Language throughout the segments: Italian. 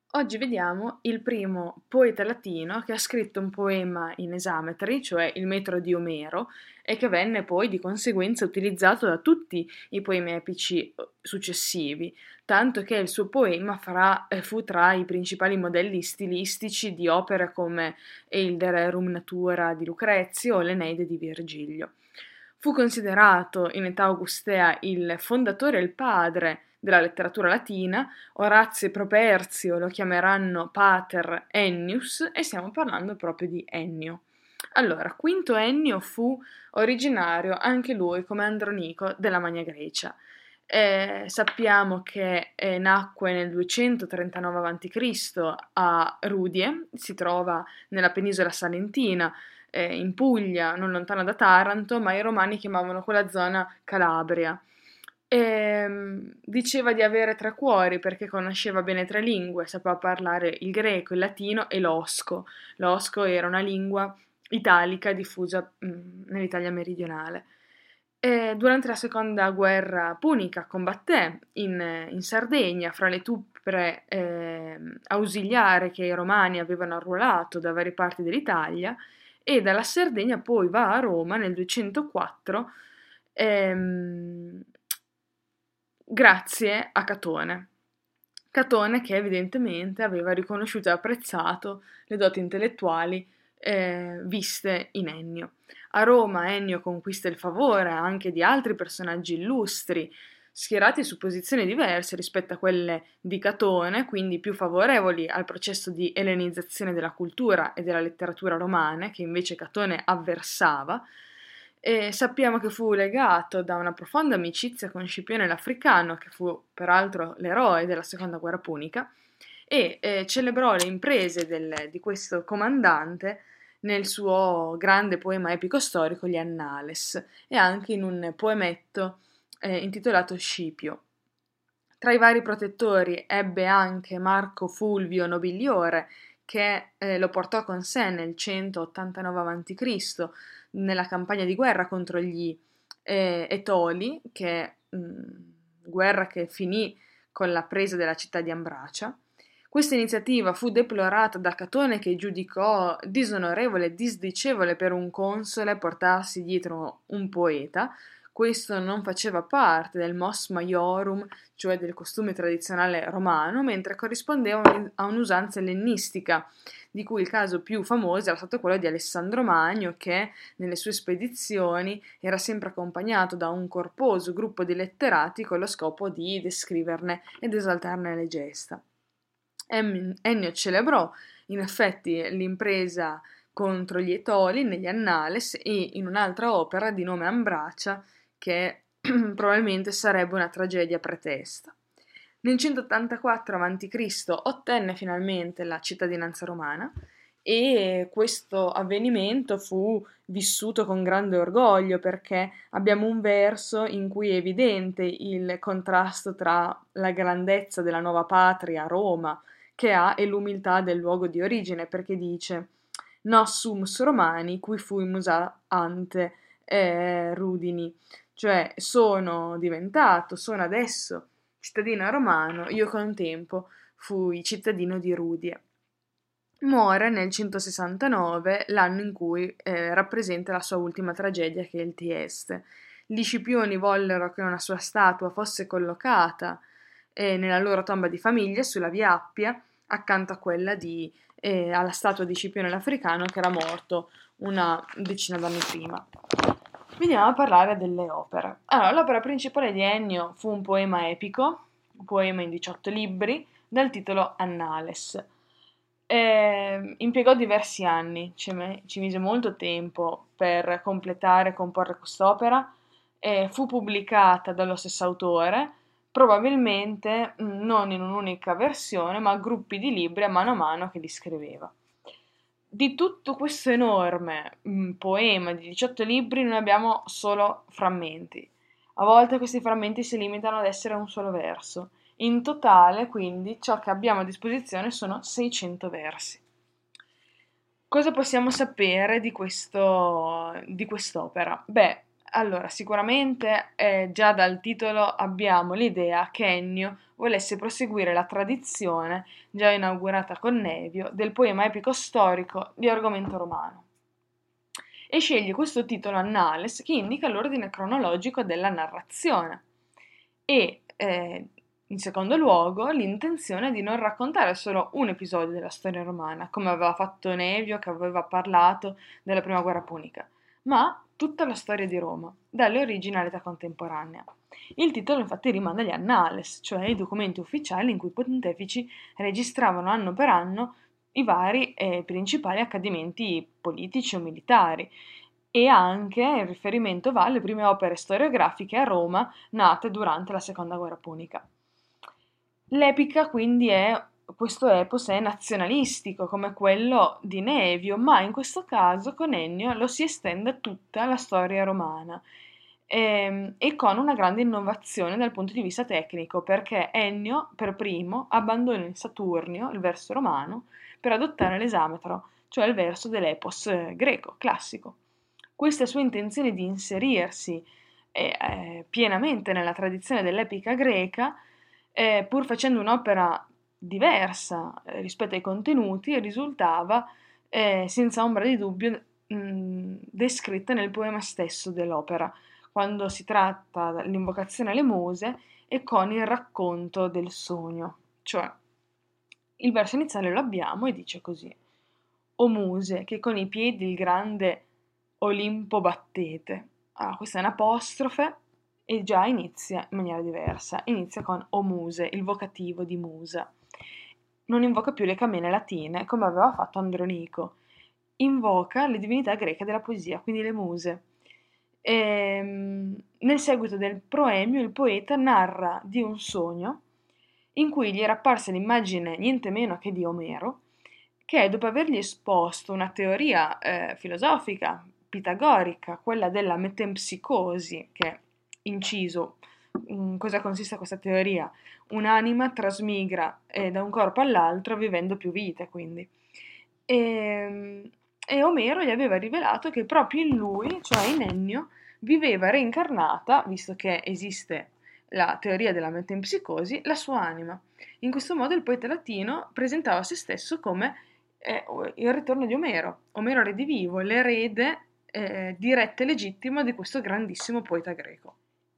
Oggi vediamo il primo poeta latino che ha scritto un poema in esametri, cioè il metro di Omero, e che venne poi di conseguenza utilizzato da tutti i poemi epici successivi, tanto che il suo poema fu tra i principali modelli stilistici di opere come il De Rerum Natura di Lucrezio o l'Eneide di Virgilio. Fu considerato in età augustea il fondatore e il padre della letteratura latina. Orazio e Properzio lo chiameranno Pater Ennius e stiamo parlando proprio di Ennio. Allora, Quinto Ennio fu originario anche lui, come Andronico, della Magna Grecia. Sappiamo che nacque nel 239 a.C. a Rudie, si trova nella penisola salentina, in Puglia, non lontano da Taranto, ma i romani chiamavano quella zona Calabria. Diceva di avere tre cuori perché conosceva bene tre lingue, sapeva parlare il greco, il latino e l'osco. L'osco era una lingua italica diffusa nell'Italia meridionale. Durante la seconda guerra punica combatté in Sardegna fra le truppe ausiliari che i romani avevano arruolato da varie parti dell'Italia e dalla Sardegna poi va a Roma nel 204 ehm, grazie a Catone. Catone che evidentemente aveva riconosciuto e apprezzato le doti intellettuali viste in Ennio. A Roma Ennio conquista il favore anche di altri personaggi illustri, schierati su posizioni diverse rispetto a quelle di Catone, quindi più favorevoli al processo di ellenizzazione della cultura e della letteratura romane, che invece Catone avversava. E sappiamo che fu legato da una profonda amicizia con Scipione l'Africano, che fu peraltro l'eroe della seconda guerra punica, e celebrò le imprese di questo comandante nel suo grande poema epico storico Gli Annales e anche in un poemetto intitolato Scipio. Tra i vari protettori ebbe anche Marco Fulvio Nobiliore, che lo portò con sé nel 189 a.C. nella campagna di guerra contro gli Etoli, guerra che finì con la presa della città di Ambracia. Questa iniziativa fu deplorata da Catone, che giudicò disonorevole e disdicevole per un console portarsi dietro un poeta. Questo non faceva parte del mos maiorum, cioè del costume tradizionale romano, mentre corrispondeva a un'usanza ellenistica, di cui il caso più famoso era stato quello di Alessandro Magno, che nelle sue spedizioni era sempre accompagnato da un corposo gruppo di letterati con lo scopo di descriverne ed esaltarne le gesta. Ennio celebrò in effetti l'impresa contro gli Etoli negli Annales e in un'altra opera di nome Ambracia, che probabilmente sarebbe una tragedia pretesta. Nel 184 a.C. ottenne finalmente la cittadinanza romana e questo avvenimento fu vissuto con grande orgoglio perché abbiamo un verso in cui è evidente il contrasto tra la grandezza della nuova patria, Roma, che ha e l'umiltà del luogo di origine, perché dice Nos sumus Romani, cui fuimus ante rudini, cioè sono adesso cittadino romano, io con tempo fui cittadino di Rudie. Muore nel 169, l'anno in cui rappresenta la sua ultima tragedia, che è il Tieste. Gli Scipioni vollero che una sua statua fosse collocata nella loro tomba di famiglia sulla via Appia, accanto a alla statua di Scipione l'Africano, che era morto una decina d'anni prima. Veniamo a parlare delle opere. Allora, l'opera principale di Ennio fu un poema epico, un poema in 18 libri, dal titolo Annales. Impiegò diversi anni, ci mise molto tempo per completare e comporre quest'opera. Fu pubblicata dallo stesso autore, probabilmente non in un'unica versione, ma a gruppi di libri a mano che li scriveva. Di tutto questo enorme poema di 18 libri noi abbiamo solo frammenti. A volte questi frammenti si limitano ad essere un solo verso. In totale, quindi, ciò che abbiamo a disposizione sono 600 versi. Cosa possiamo sapere di quest'opera? Beh, Allora, sicuramente già dal titolo abbiamo l'idea che Ennio volesse proseguire la tradizione già inaugurata con Nevio del poema epico storico di argomento romano e sceglie questo titolo Annales che indica l'ordine cronologico della narrazione e, in secondo luogo, l'intenzione di non raccontare solo un episodio della storia romana, come aveva fatto Nevio che aveva parlato della prima guerra punica, ma tutta la storia di Roma, dalle origini all'età contemporanea. Il titolo infatti rimanda agli Annales, cioè i documenti ufficiali in cui i pontefici registravano anno per anno i vari e principali accadimenti politici o militari, e anche il riferimento va alle prime opere storiografiche a Roma nate durante la seconda guerra punica. L'epica quindi è questo epos è nazionalistico come quello di Nevio, ma in questo caso con Ennio lo si estende a tutta la storia romana e con una grande innovazione dal punto di vista tecnico, perché Ennio per primo abbandona il Saturnio, il verso romano, per adottare l'esametro, cioè il verso dell'epos greco classico. Questa sua intenzione di inserirsi pienamente nella tradizione dell'epica greca, pur facendo un'opera diversa rispetto ai contenuti, risultava senza ombra di dubbio descritta nel poema stesso dell'opera, quando si tratta dell'invocazione alle muse e con il racconto del sogno. Cioè, il verso iniziale lo abbiamo e dice così: O muse, che con i piedi il grande Olimpo battete. Ah, questa è un'apostrofe e già inizia in maniera diversa. Inizia con O muse, il vocativo di musa. Non invoca più le camene latine come aveva fatto Andronico. Invoca le divinità greche della poesia, quindi le muse. Nel seguito del proemio il poeta narra di un sogno in cui gli era apparsa l'immagine niente meno che di Omero, che dopo avergli esposto una teoria filosofica pitagorica, quella della metempsicosi, che inciso, cosa consiste questa teoria? Un'anima trasmigra da un corpo all'altro vivendo più vite, quindi. E Omero gli aveva rivelato che proprio in lui, cioè in Ennio, viveva reincarnata, visto che esiste la teoria della metempsicosi, la sua anima. In questo modo il poeta latino presentava se stesso come il ritorno di Omero, Omero redivivo, l'erede diretto e legittimo di questo grandissimo poeta greco.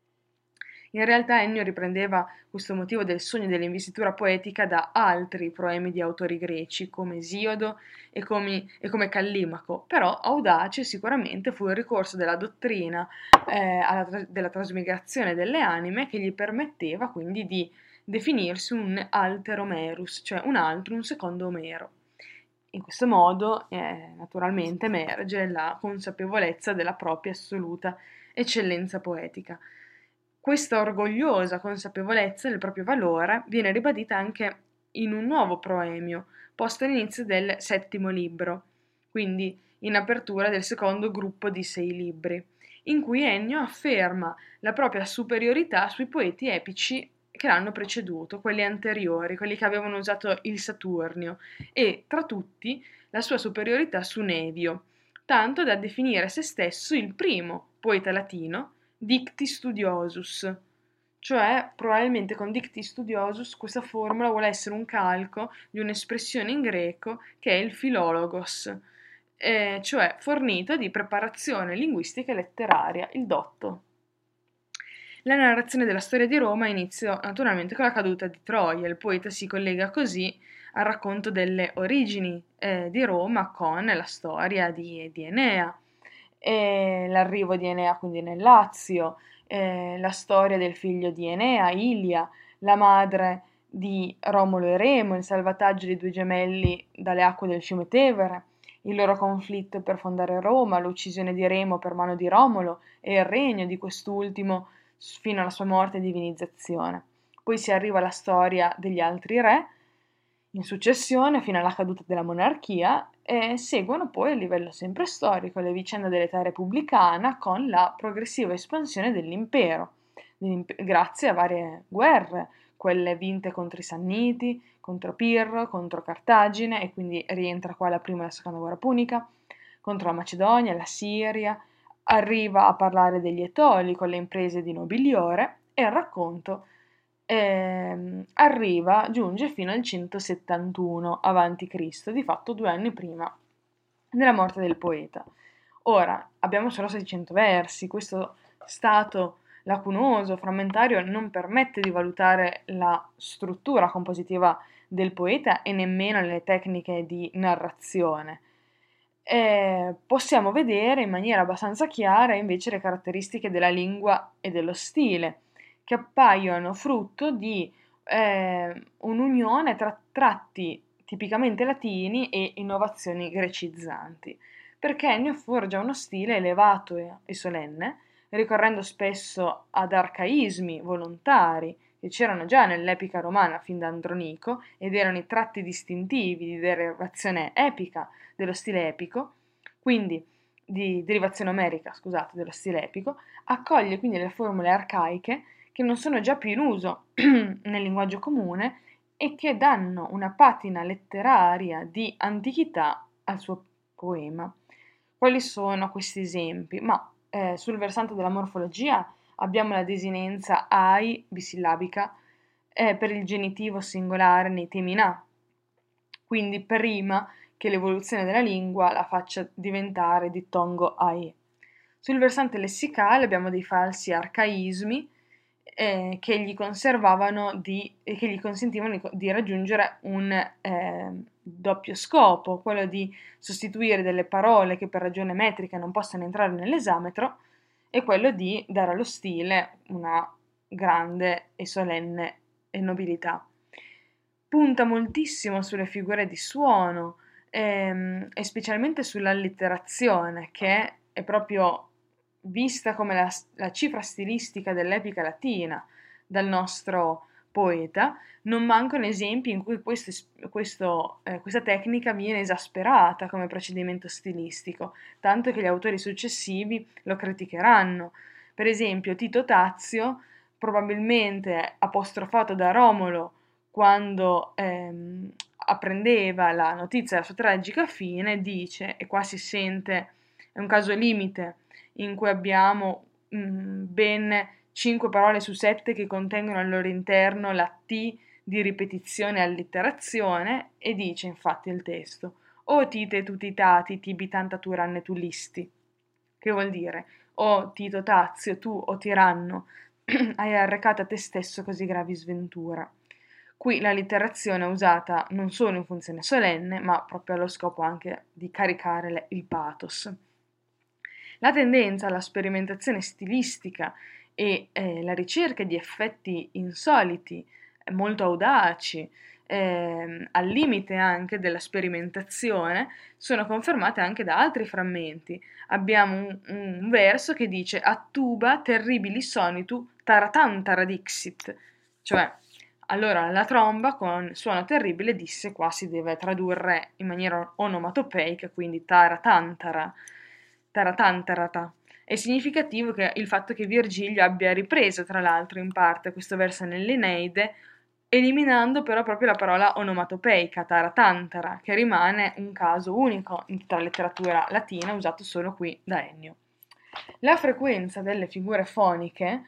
In realtà Ennio riprendeva questo motivo del sogno dell'investitura poetica da altri proemi di autori greci come Esiodo e come Callimaco, però audace sicuramente fu il ricorso della dottrina della trasmigrazione delle anime che gli permetteva quindi di definirsi un alter Homerus, cioè un secondo Omero. In questo modo, naturalmente, emerge la consapevolezza della propria assoluta eccellenza poetica. Questa orgogliosa consapevolezza del proprio valore viene ribadita anche in un nuovo proemio, posto all'inizio del settimo libro, quindi in apertura del secondo gruppo di 6 libri, in cui Ennio afferma la propria superiorità sui poeti epici che l'hanno preceduto, quelli anteriori, quelli che avevano usato il Saturnio, e tra tutti la sua superiorità su Nevio, tanto da definire se stesso il primo poeta latino dicti studiosus, cioè probabilmente con dicti studiosus questa formula vuole essere un calco di un'espressione in greco che è il filologos, cioè fornito di preparazione linguistica e letteraria, il dotto. La narrazione della storia di Roma inizia naturalmente con la caduta di Troia, il poeta si collega così al racconto delle origini di Roma con la storia di Enea, l'arrivo di Enea quindi nel Lazio, la storia del figlio di Enea, Ilia, la madre di Romolo e Remo, il salvataggio dei due gemelli dalle acque del fiume Tevere, il loro conflitto per fondare Roma, l'uccisione di Remo per mano di Romolo e il regno di quest'ultimo fino alla sua morte e divinizzazione. Poi si arriva alla storia degli altri re, in successione fino alla caduta della monarchia, e seguono poi a livello sempre storico le vicende dell'età repubblicana con la progressiva espansione dell'impero, grazie a varie guerre, quelle vinte contro i Sanniti, contro Pirro, contro Cartagine, e quindi rientra qua la prima e la seconda guerra punica, contro la Macedonia, la Siria, arriva a parlare degli Etoli con le imprese di Nobiliore e il racconto giunge fino al 171 a.C., di fatto 2 anni prima della morte del poeta. Ora, abbiamo solo 600 versi, questo stato lacunoso, frammentario, non permette di valutare la struttura compositiva del poeta e nemmeno le tecniche di narrazione. Possiamo vedere in maniera abbastanza chiara invece le caratteristiche della lingua e dello stile, che appaiono frutto di un'unione tra tratti tipicamente latini e innovazioni grecizzanti, perché Ennio forgia uno stile elevato e solenne, ricorrendo spesso ad arcaismi volontari che c'erano già nell'epica romana fin da Andronico ed erano i tratti distintivi di derivazione epica dello stile epico, quindi di derivazione omerica, scusate, dello stile epico, accoglie quindi le formule arcaiche che non sono già più in uso nel linguaggio comune e che danno una patina letteraria di antichità al suo poema. Quali sono questi esempi? Sul versante della morfologia abbiamo la desinenza ai bisillabica per il genitivo singolare nei temi na, quindi prima che l'evoluzione della lingua la faccia diventare dittongo ai. Sul versante lessicale abbiamo dei falsi arcaismi che gli che gli consentivano di raggiungere un doppio scopo, quello di sostituire delle parole che per ragione metrica non possono entrare nell'esametro e quello di dare allo stile una grande e solenne nobiltà. Punta moltissimo sulle figure di suono e specialmente sull'allitterazione, che è proprio vista come la cifra stilistica dell'epica latina dal nostro poeta. Non mancano esempi in cui questa tecnica viene esasperata come procedimento stilistico, tanto che gli autori successivi lo criticheranno. Per esempio, Tito Tazio, probabilmente apostrofato da Romolo quando apprendeva la notizia della sua tragica fine, dice, e qua si sente, è un caso limite, in cui abbiamo ben 5 parole su 7 che contengono al loro interno la T di ripetizione e allitterazione, e dice infatti il testo: O tite tutitati tibi tanta turanne tu listi, che vuol dire o Tito Tazio, tu o tiranno hai arrecato a te stesso così gravi sventura. Qui la litterazione è usata non solo in funzione solenne, ma proprio allo scopo anche di caricare il pathos. La tendenza alla sperimentazione stilistica e la ricerca di effetti insoliti, molto audaci, al limite anche della sperimentazione, sono confermate anche da altri frammenti. Abbiamo un verso che dice a tuba terribili sonitu taratantara dixit, cioè allora la tromba con suono terribile disse, qua si deve tradurre in maniera onomatopeica, quindi taratantara, taratantarata. È significativo che il fatto che Virgilio abbia ripreso, tra l'altro, in parte questo verso nell'Eneide, eliminando però proprio la parola onomatopeica, taratantara, che rimane un caso unico in tutta la letteratura latina, usato solo qui da Ennio. La frequenza delle figure foniche,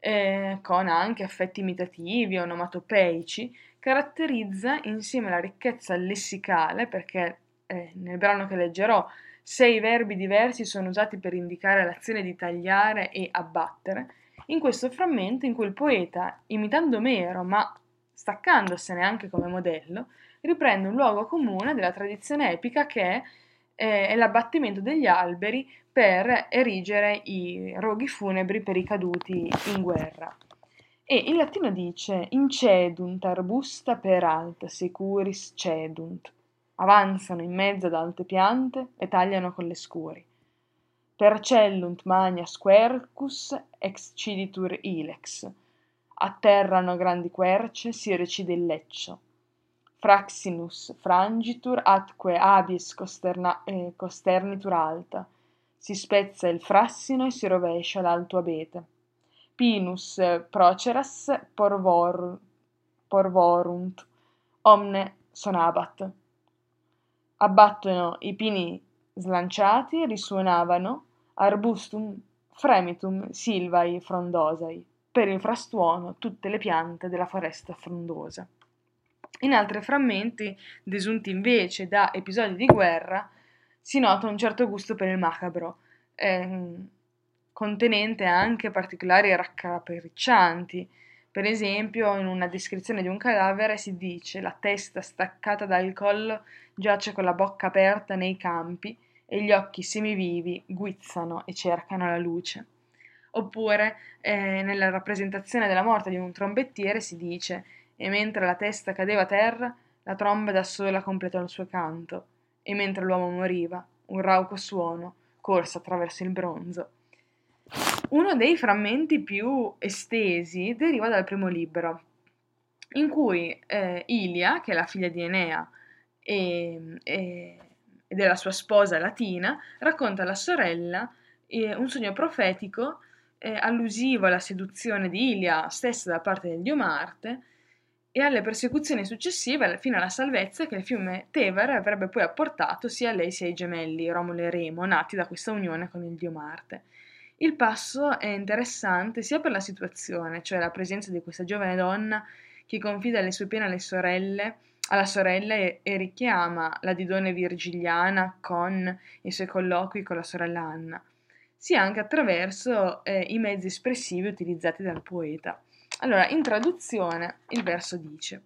con anche effetti imitativi, onomatopeici, caratterizza insieme alla ricchezza lessicale, perché nel brano che leggerò 6 verbi diversi sono usati per indicare l'azione di tagliare e abbattere, in questo frammento in cui il poeta, imitando Omero, ma staccandosene anche come modello, riprende un luogo comune della tradizione epica che è l'abbattimento degli alberi per erigere i roghi funebri per i caduti in guerra. E in latino dice incedunt arbusta per alta securis cedunt. Avanzano in mezzo ad alte piante e tagliano con le scuri. Percellunt magnas quercus exciditur ilex. Atterrano grandi querce, si recide il Fraxinus frangitur atque abies costernitur alta. Si spezza il frassino e si rovescia l'alto abete. Pinus proceras porvorunt, omne sonabat. Abbattono i pini slanciati, risuonavano, arbustum fremitum silvae frondosai, per il frastuono tutte le piante della foresta frondosa. In altri frammenti, desunti invece da episodi di guerra, si nota un certo gusto per il macabro, contenente anche particolari raccapriccianti. Per esempio, in una descrizione di un cadavere si dice: la testa staccata dal collo giace con la bocca aperta nei campi e gli occhi semivivi guizzano e cercano la luce. Oppure, nella rappresentazione della morte di un trombettiere si dice: e mentre la testa cadeva a terra, la tromba da sola completò il suo canto, e mentre l'uomo moriva, un rauco suono corse attraverso il bronzo. Uno dei frammenti più estesi deriva dal primo libro, in cui Ilia, che è la figlia di Enea e della sua sposa Latina, racconta alla sorella un sogno profetico allusivo alla seduzione di Ilia stessa da parte del dio Marte e alle persecuzioni successive fino alla salvezza che il fiume Tevere avrebbe poi apportato sia a lei sia ai gemelli Romolo e Remo, nati da questa unione con il dio Marte. Il passo è interessante sia per la situazione, cioè la presenza di questa giovane donna che confida le sue pene alla sorella e richiama la Didone virgiliana con i suoi colloqui con la sorella Anna, sia anche attraverso i mezzi espressivi utilizzati dal poeta. Allora, in traduzione, il verso dice: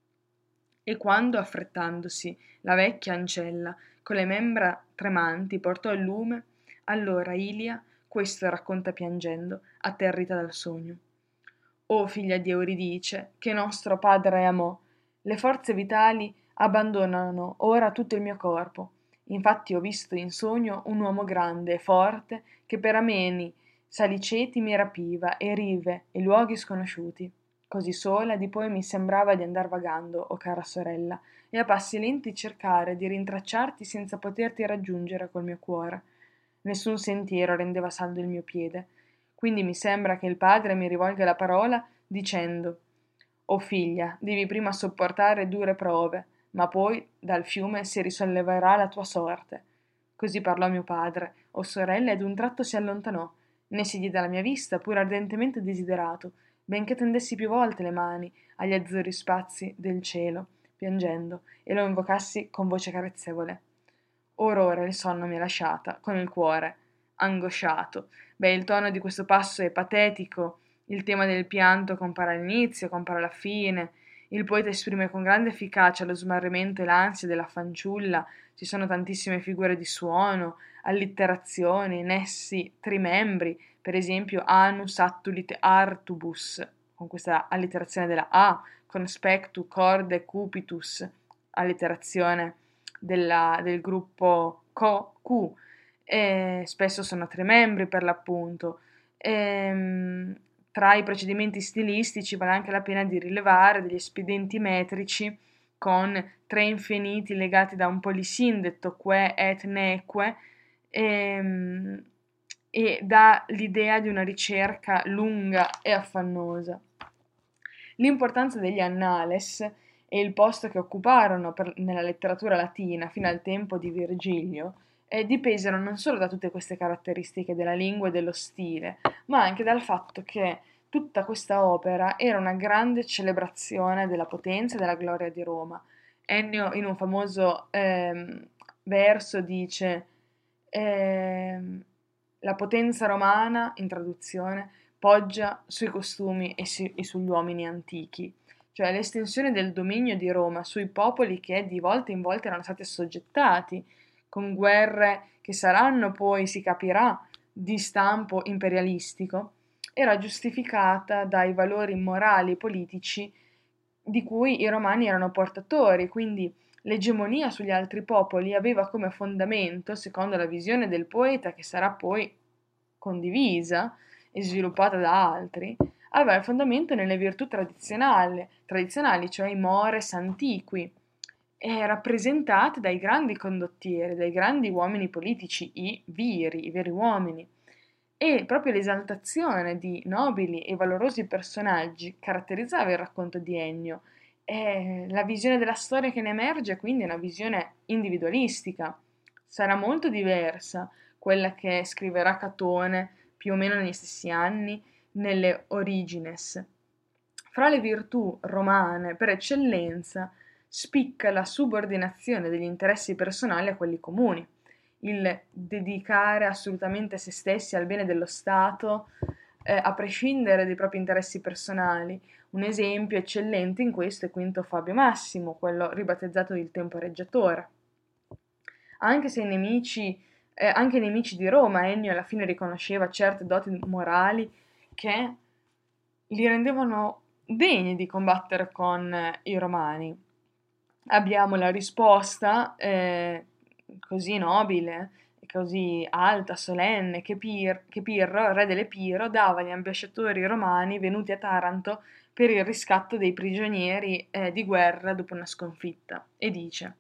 e quando, affrettandosi, la vecchia ancella, con le membra tremanti, portò il lume, allora Ilia questo racconta piangendo, atterrita dal sogno. O figlia di Euridice, che nostro padre amò, le forze vitali abbandonano ora tutto il mio corpo. Infatti ho visto in sogno un uomo grande e forte che per ameni saliceti mi rapiva e rive e luoghi sconosciuti. Così sola di poi mi sembrava di andar vagando, o cara sorella, e a passi lenti cercare di rintracciarti senza poterti raggiungere col mio cuore. Nessun sentiero rendeva saldo il mio piede. Quindi mi sembra che il padre mi rivolga la parola dicendo: o figlia, devi prima sopportare dure prove, ma poi dal fiume si risolleverà la tua sorte. Così parlò mio padre, o sorella, ed un tratto si allontanò, né si diede alla mia vista, pur ardentemente desiderato, benché tendessi più volte le mani agli azzurri spazi del cielo, piangendo, e lo invocassi con voce carezzevole. Ora il sonno mi ha lasciata, con il cuore angosciato. Beh, il tono di questo passo è patetico, il tema del pianto compare all'inizio, compare alla fine, il poeta esprime con grande efficacia lo smarrimento e l'ansia della fanciulla, ci sono tantissime figure di suono, allitterazioni, nessi, trimembri, per esempio anus attulit artubus, con questa allitterazione della A, conspectu corde cupitus, allitterazione del gruppo Q, e spesso sono tre membri per l'appunto. Tra i procedimenti stilistici vale anche la pena di rilevare degli espedienti metrici con tre infiniti legati da un polisindetto que et neque e dà l'idea di una ricerca lunga e affannosa. L'importanza degli annales e il posto che occuparono nella letteratura latina fino al tempo di Virgilio dipesero non solo da tutte queste caratteristiche della lingua e dello stile, ma anche dal fatto che tutta questa opera era una grande celebrazione della potenza e della gloria di Roma. Ennio in un famoso verso dice la potenza romana, in traduzione, poggia sui costumi e sugli uomini antichi, cioè l'estensione del dominio di Roma sui popoli che di volta in volta erano stati assoggettati, con guerre che saranno poi, si capirà, di stampo imperialistico, era giustificata dai valori morali e politici di cui i romani erano portatori, quindi l'egemonia sugli altri popoli aveva come fondamento, secondo la visione del poeta che sarà poi condivisa e sviluppata da altri, aveva il fondamento nelle virtù tradizionali, cioè i mores antiqui, e rappresentate dai grandi condottieri, dai grandi uomini politici, i veri uomini. E proprio l'esaltazione di nobili e valorosi personaggi caratterizzava il racconto di Ennio. E la visione della storia che ne emerge quindi è una visione individualistica. Sarà molto diversa quella che scriverà Catone più o meno negli stessi anni, nelle Origines. Fra le virtù romane per eccellenza spicca la subordinazione degli interessi personali a quelli comuni, il dedicare assolutamente se stessi al bene dello Stato, a prescindere dai propri interessi personali. Un esempio eccellente in questo è Quinto Fabio Massimo, quello ribattezzato il temporeggiatore. Anche se anche i nemici di Roma, Ennio alla fine riconosceva certe doti morali che li rendevano degni di combattere con i romani. Abbiamo la risposta così nobile e così alta, solenne, che Pirro, re dell'Epiro, dava agli ambasciatori romani venuti a Taranto per il riscatto dei prigionieri di guerra dopo una sconfitta. E dice: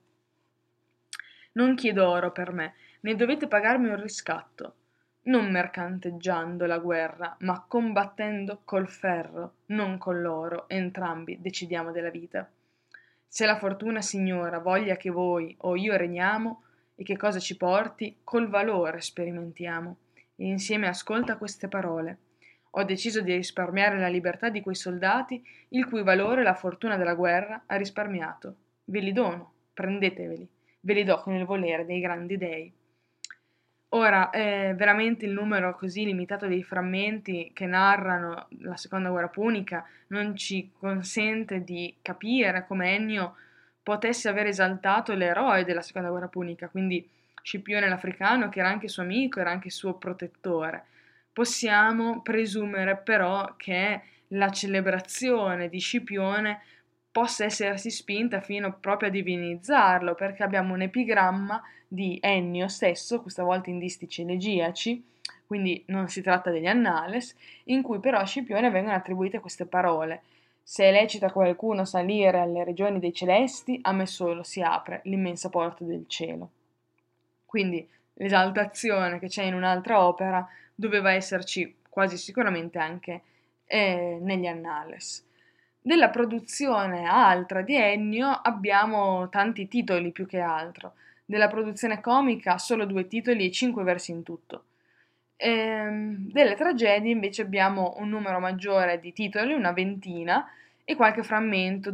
non chiedo oro per me, né dovete pagarmi un riscatto, non mercanteggiando la guerra, ma combattendo col ferro, non con l'oro, entrambi decidiamo della vita. Se la fortuna, signora, voglia che voi o io regniamo, e che cosa ci porti, col valore sperimentiamo. E insieme ascolta queste parole. Ho deciso di risparmiare la libertà di quei soldati, il cui valore la fortuna della guerra ha risparmiato. Ve li dono, prendeteveli, ve li do con il volere dei grandi dei. Ora, veramente il numero così limitato dei frammenti che narrano la seconda guerra punica non ci consente di capire come Ennio potesse aver esaltato l'eroe della seconda guerra punica, quindi Scipione l'Africano, che era anche suo amico, era anche suo protettore. Possiamo presumere però che la celebrazione di Scipione possa essersi spinta fino proprio a divinizzarlo, perché abbiamo un epigramma di Ennio stesso, questa volta in distici elegiaci, quindi non si tratta degli Annales, in cui però a Scipione vengono attribuite queste parole. Se è lecito a qualcuno salire alle regioni dei celesti, a me solo si apre l'immensa porta del cielo. Quindi l'esaltazione che c'è in un'altra opera doveva esserci quasi sicuramente anche negli Annales. Della produzione altra di Ennio abbiamo tanti titoli più che altro. Della produzione comica solo 2 titoli e 5 versi in tutto. Delle tragedie invece abbiamo un numero maggiore di titoli, una ventina, e qualche frammento,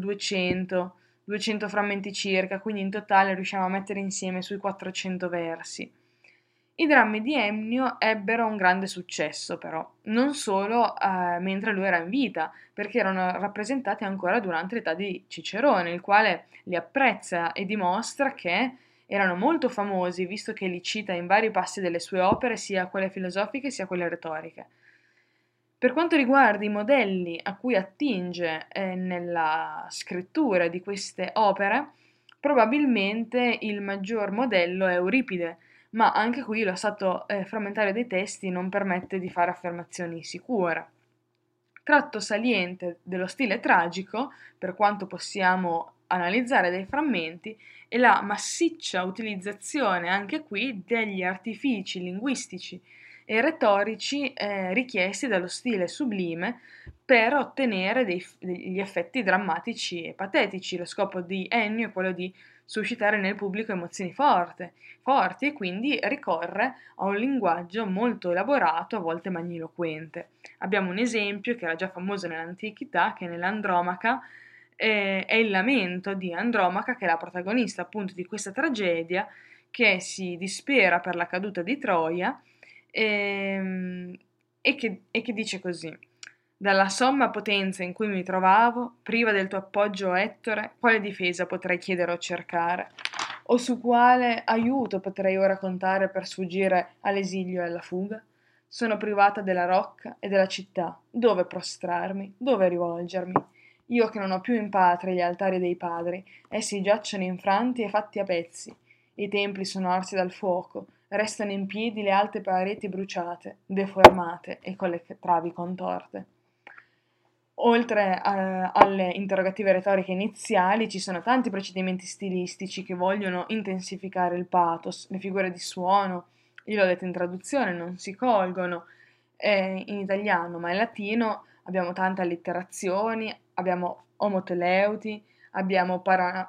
200 frammenti circa, quindi in totale riusciamo a mettere insieme sui 400 versi. I drammi di Ennio ebbero un grande successo, però, non solo mentre lui era in vita, perché erano rappresentati ancora durante l'età di Cicerone, il quale li apprezza e dimostra che erano molto famosi, visto che li cita in vari passi delle sue opere, sia quelle filosofiche sia quelle retoriche. Per quanto riguarda i modelli a cui attinge nella scrittura di queste opere, probabilmente il maggior modello è Euripide, ma anche qui lo stato frammentario dei testi non permette di fare affermazioni sicure. Tratto saliente dello stile tragico, per quanto possiamo analizzare dai frammenti, è la massiccia utilizzazione anche qui degli artifici linguistici e retorici richiesti dallo stile sublime per ottenere degli effetti drammatici e patetici. Lo scopo di Ennio è quello di suscitare nel pubblico emozioni forti e quindi ricorre a un linguaggio molto elaborato, a volte magniloquente. Abbiamo un esempio che era già famoso nell'antichità, che nell'Andromaca è il lamento di Andromaca, che è la protagonista appunto di questa tragedia, che si dispera per la caduta di Troia e che dice così: dalla somma potenza in cui mi trovavo, priva del tuo appoggio, Ettore, quale difesa potrei chiedere o cercare? O su quale aiuto potrei ora contare per sfuggire all'esilio e alla fuga? Sono privata della rocca e della città. Dove prostrarmi? Dove rivolgermi? Io che non ho più in patria gli altari dei padri, essi giacciono infranti e fatti a pezzi. I templi sono orsi dal fuoco, restano in piedi le alte pareti bruciate, deformate e con le travi contorte. Oltre alle interrogative retoriche iniziali, ci sono tanti procedimenti stilistici che vogliono intensificare il pathos, le figure di suono, io l'ho detto in traduzione, non si colgono in italiano, ma in latino abbiamo tante allitterazioni, abbiamo omoteleuti, abbiamo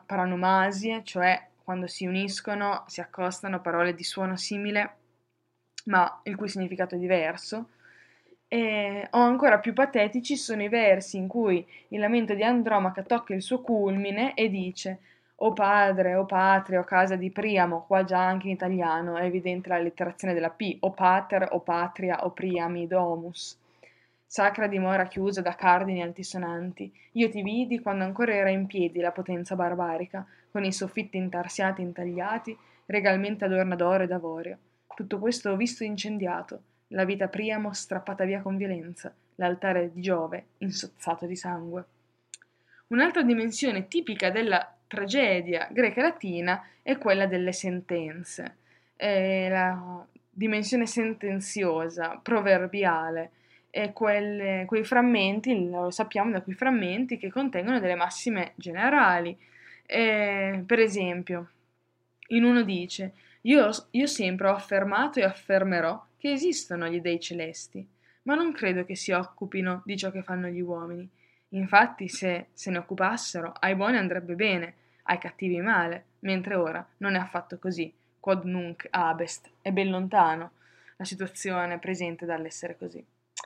paranomasie, cioè quando si uniscono, si accostano parole di suono simile ma il cui significato è diverso. O ancora più patetici sono i versi in cui il lamento di Andromaca tocca il suo culmine e dice: O padre, o patria, o casa di Priamo, qua già anche in italiano è evidente la letterazione della P, o pater, o patria, o priami domus. Sacra dimora chiusa da cardini altisonanti, io ti vidi quando ancora era in piedi la potenza barbarica, con i soffitti intarsiati e intagliati, regalmente adorna d'oro e d'avorio. Tutto questo ho visto incendiato, la vita Priamo strappata via con violenza, l'altare di Giove insozzato di sangue. Un'altra dimensione tipica della tragedia greca e latina è quella delle sentenze. La dimensione sentenziosa, proverbiale, e quei frammenti, lo sappiamo da quei frammenti, che contengono delle massime generali. Per esempio, in uno dice: io sempre ho affermato e affermerò che esistono gli dei celesti, ma non credo che si occupino di ciò che fanno gli uomini. Infatti, se ne occupassero, ai buoni andrebbe bene, ai cattivi male, mentre ora non è affatto così. Quod nunc abest, è ben lontano la situazione presente dall'essere così.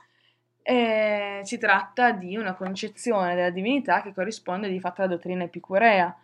Si tratta di una concezione della divinità che corrisponde di fatto alla dottrina epicurea,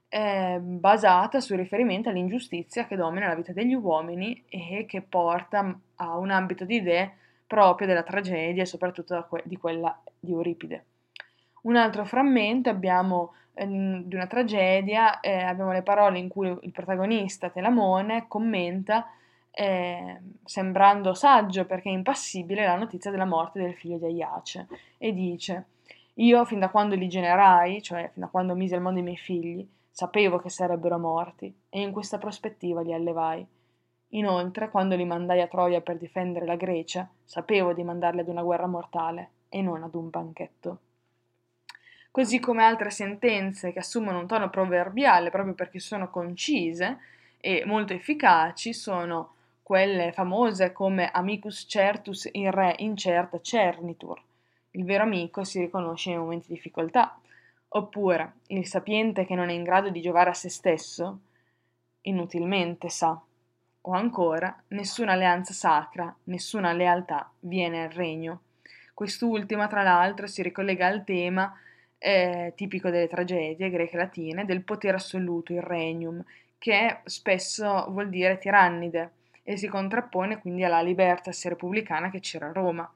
basata sul riferimento all'ingiustizia che domina la vita degli uomini e che porta a un ambito di idee proprio della tragedia e soprattutto di quella di Euripide. Un altro frammento abbiamo di una tragedia, abbiamo le parole in cui il protagonista Telamone commenta, sembrando saggio perché impassibile, la notizia della morte del figlio di Aiace e dice: io fin da quando li generai, cioè fin da quando misi al mondo i miei figli, sapevo che sarebbero morti e in questa prospettiva li allevai. Inoltre, quando li mandai a Troia per difendere la Grecia, sapevo di mandarli ad una guerra mortale e non ad un banchetto. Così come altre sentenze che assumono un tono proverbiale proprio perché sono concise e molto efficaci sono quelle famose come amicus certus in re incerta cernitur. Il vero amico si riconosce nei momenti di difficoltà, oppure il sapiente che non è in grado di giovare a se stesso inutilmente sa, o ancora nessuna alleanza sacra, nessuna lealtà viene al regno. Quest'ultima, tra l'altro, si ricollega al tema tipico delle tragedie greche e latine del potere assoluto, il regnum, che spesso vuol dire tirannide e si contrappone quindi alla libertas repubblicana che c'era a Roma.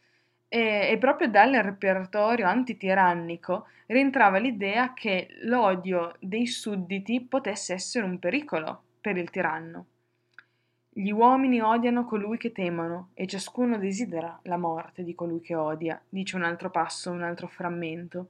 E proprio dal repertorio antitirannico rientrava l'idea che l'odio dei sudditi potesse essere un pericolo per il tiranno. Gli uomini odiano colui che temono e ciascuno desidera la morte di colui che odia, dice un altro passo, un altro frammento.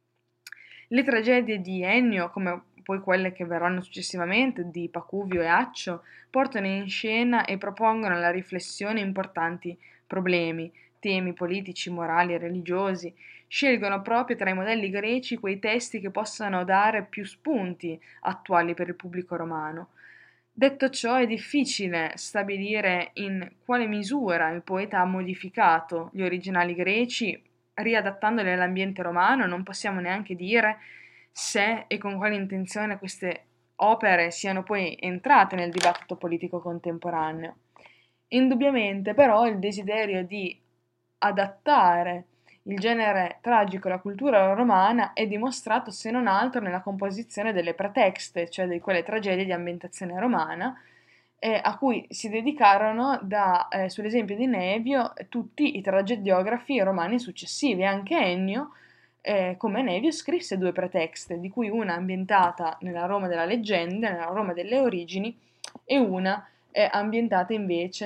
Le tragedie di Ennio, come poi quelle che verranno successivamente di Pacuvio e Accio, portano in scena e propongono alla riflessione importanti problemi, temi politici, morali e religiosi, scelgono proprio tra i modelli greci quei testi che possano dare più spunti attuali per il pubblico romano. Detto ciò, è difficile stabilire in quale misura il poeta ha modificato gli originali greci, riadattandoli all'ambiente romano. Non possiamo neanche dire se e con quale intenzione queste opere siano poi entrate nel dibattito politico contemporaneo. Indubbiamente, però, il desiderio di adattare il genere tragico alla cultura romana è dimostrato se non altro nella composizione delle pretexte, cioè di quelle tragedie di ambientazione romana, a cui si dedicarono, sull'esempio di Nevio, tutti i tragediografi romani successivi. Anche Ennio, come Nevio, scrisse due pretexte, di cui una ambientata nella Roma della leggenda, nella Roma delle origini, e una ambientata invece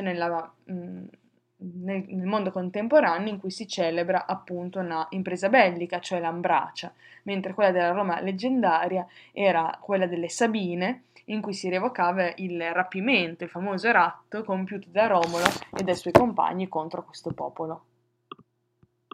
nel mondo contemporaneo in cui si celebra appunto una impresa bellica, cioè l'Ambracia, mentre quella della Roma leggendaria era quella delle Sabine, in cui si rievocava il rapimento, il famoso ratto compiuto da Romolo e dai suoi compagni contro questo popolo.